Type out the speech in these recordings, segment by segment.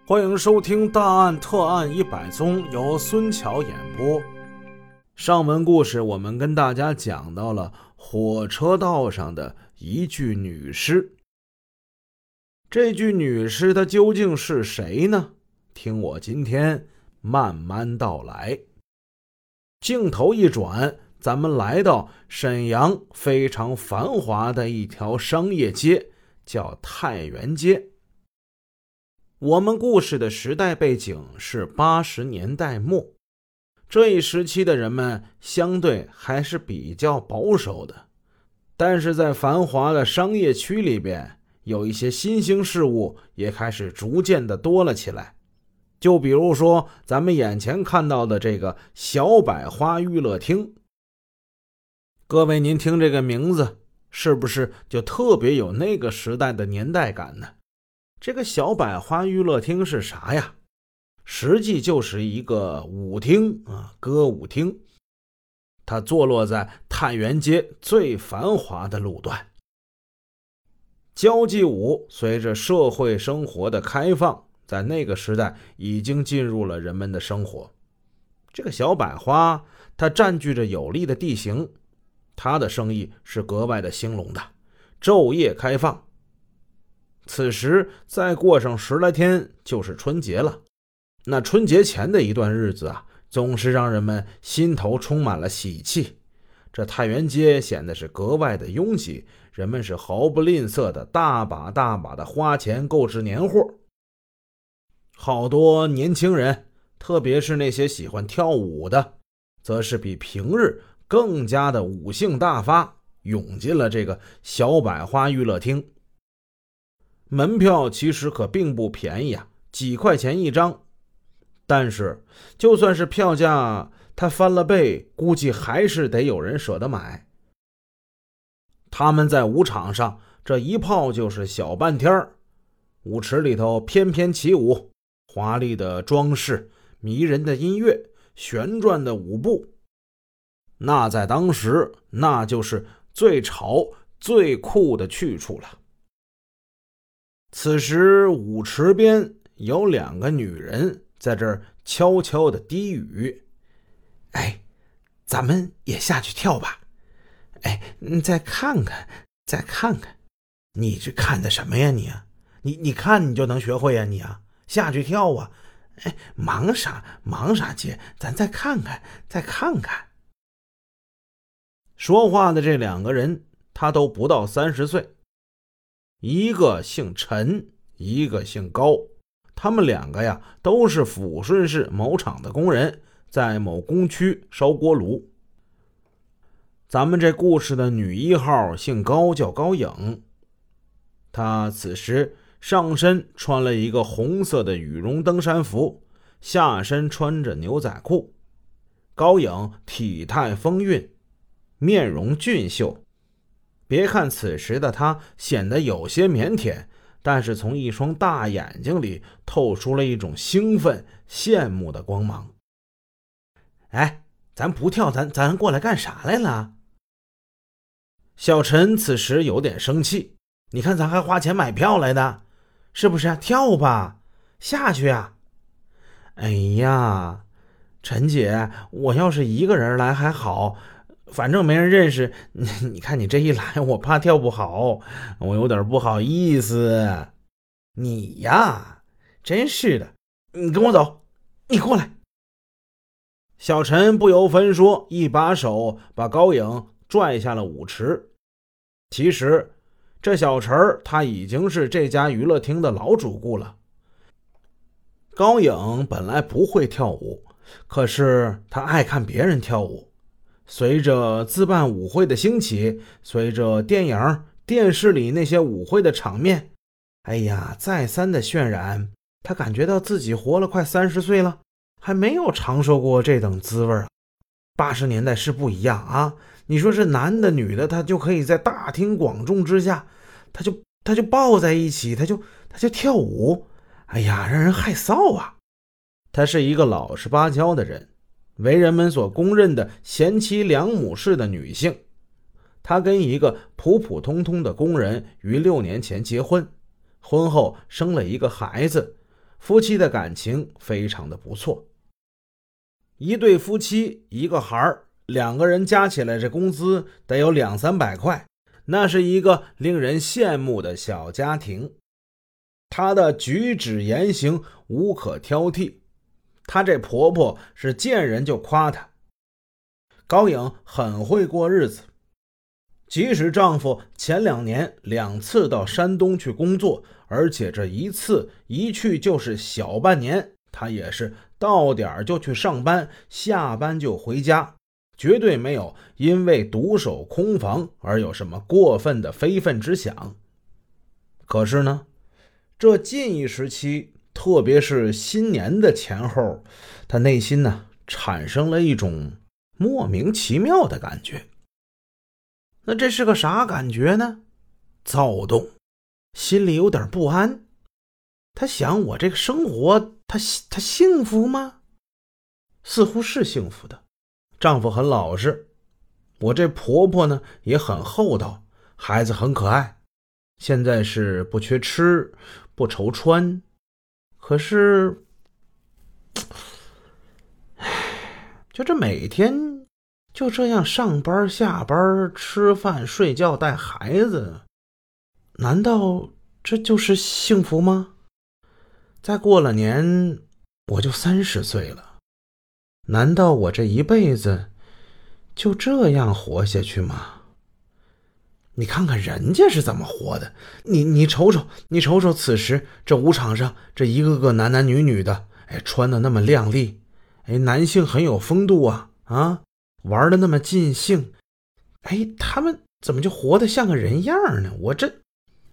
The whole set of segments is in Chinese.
欢迎收听《大案特案100宗》，由孙桥演播。上文故事我们跟大家讲到了火车道上的一具女尸。这具女尸她究竟是谁呢？听我今天慢慢道来。镜头一转，咱们来到沈阳非常繁华的一条商业街，叫太原街。我们故事的时代背景是80年代末，这一时期的人们相对还是比较保守的，但是在繁华的商业区里边，有一些新兴事物也开始逐渐的多了起来。就比如说咱们眼前看到的这个小百花娱乐厅，各位您听这个名字是不是就特别有那个时代的年代感呢？这个小百花娱乐厅是啥呀？实际就是一个舞厅歌舞厅，它坐落在太原街最繁华的路段。交际舞随着社会生活的开放，在那个时代已经进入了人们的生活。这个小百花它占据着有利的地形，它的生意是格外的兴隆的，昼夜开放。此时再过上10来天就是春节了，那春节前的一段日子总是让人们心头充满了喜气。这太原街显得是格外的拥挤，人们是毫不吝啬的大把大把的花钱购置年货。好多年轻人，特别是那些喜欢跳舞的，则是比平日更加的舞性大发，涌进了这个小百花娱乐厅。门票其实可并不便宜几块钱一张，但是就算是票价它翻了倍，估计还是得有人舍得买。他们在舞场上这一泡就是小半天，舞池里头翩翩起舞，华丽的装饰，迷人的音乐，旋转的舞步，那在当时那就是最潮最酷的去处了。此时舞池边有2个女人在这儿悄悄地低语：哎，咱们也下去跳吧。哎，再看看再看看。你这看的什么呀你看你就能学会你下去跳哎，忙啥姐，咱再看看再看看。说话的这2个人他都不到30岁，一个姓陈，一个姓高，他们2个都是抚顺市某厂的工人，在某工区烧锅炉。咱们这故事的女1号姓高，叫高颖，她此时上身穿了一个红色的羽绒登山服，下身穿着牛仔裤。高颖体态丰韵，面容俊秀，别看此时的她显得有些腼腆，但是从一双大眼睛里透出了一种兴奋羡慕的光芒。哎，咱不跳，咱过来干啥来了？小陈此时有点生气，你看咱还花钱买票来的，是不是跳吧，下去哎呀，陈姐，我要是一个人来还好，反正没人认识，你看你这一来，我怕跳不好，我有点不好意思。你真是的，你跟我走，你过来。小陈不由分说，一把手把高颖拽下了舞池。其实这小陈他已经是这家娱乐厅的老主顾了。高颖本来不会跳舞，可是他爱看别人跳舞。随着自办舞会的兴起，随着电影电视里那些舞会的场面再三的渲染，他感觉到自己活了快30岁了，还没有尝受过这等滋味80年代是不一样你说是男的女的，他就可以在大庭广众之下，他就抱在一起，他就跳舞，让人害臊他是一个老实巴交的人，为人们所公认的贤妻良母式的女性。她跟一个普普通通的工人于6年前结婚，婚后生了一个孩子， 夫妻的感情非常的不错。一对夫妻一个孩儿，两个人加起来这工资得有200-300块，那是一个令人羡慕的小家庭。她的举止言行无可挑剔，她这婆婆是见人就夸她。高颖很会过日子，即使丈夫前2年2次到山东去工作，而且这一次一去就是小半年，她也是到点就去上班，下班就回家，绝对没有因为独守空房而有什么过分的非分之想。可是呢，这近一时期，特别是新年的前后，她内心呢产生了一种莫名其妙的感觉。那这是个啥感觉呢？躁动，心里有点不安。她想，我这个生活她幸福吗？似乎是幸福的，丈夫很老实，我这婆婆呢也很厚道，孩子很可爱，现在是不缺吃不愁穿。可是就这每天就这样上班下班，吃饭睡觉带孩子，难道这就是幸福吗？再过了年我就30岁了，难道我这一辈子就这样活下去吗？你看看人家是怎么活的，你瞅瞅此时这舞场上这一个个男男女女的，穿的那么靓丽，男性很有风度啊，玩的那么尽兴，他们怎么就活得像个人样呢？我这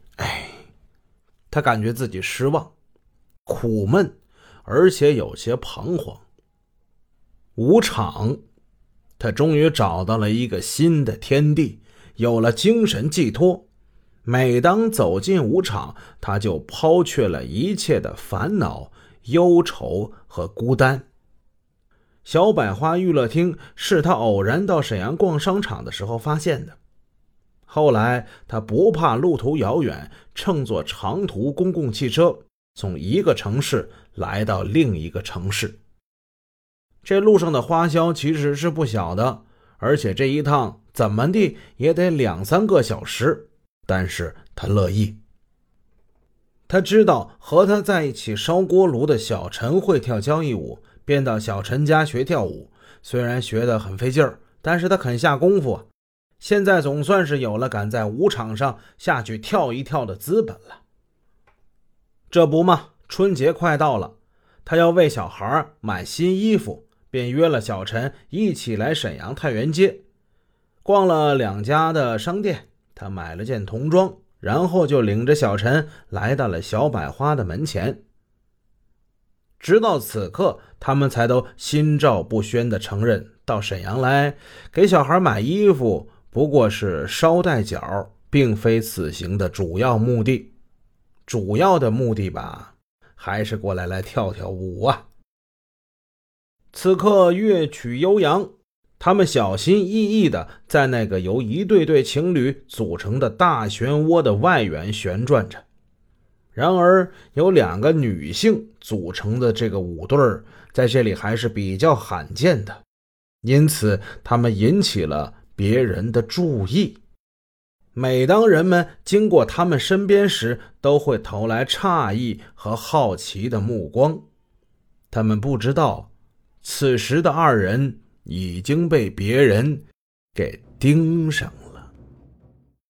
他感觉自己失望苦闷，而且有些彷徨。舞场，他终于找到了一个新的天地，有了精神寄托。每当走进舞场，他就抛却了一切的烦恼、忧愁和孤单。小百花娱乐厅是他偶然到沈阳逛商场的时候发现的。后来他不怕路途遥远，乘坐长途公共汽车，从一个城市来到另一个城市。这路上的花销其实是不小的，而且这一趟怎么地也得2-3个小时，但是他乐意。他知道和他在一起烧锅炉的小陈会跳交谊舞，便到小陈家学跳舞，虽然学得很费劲儿，但是他肯下功夫啊。现在总算是有了敢在舞场上下去跳一跳的资本了。这不嘛，春节快到了，他要为小孩买新衣服，便约了小陈一起来沈阳太原街。逛了2家的商店，他买了件童装，然后就领着小陈来到了小百花的门前。直到此刻，他们才都心照不宣地承认，到沈阳来给小孩买衣服不过是捎带脚，并非此行的主要目的。主要的目的吧，还是过来跳跳舞啊。此刻乐曲悠扬，他们小心翼翼地在那个由一对对情侣组成的大漩涡的外缘旋转着。然而有2个女性组成的这个舞队在这里还是比较罕见的，因此他们引起了别人的注意。每当人们经过他们身边时，都会投来诧异和好奇的目光。他们不知道，此时的2人已经被别人给盯上了。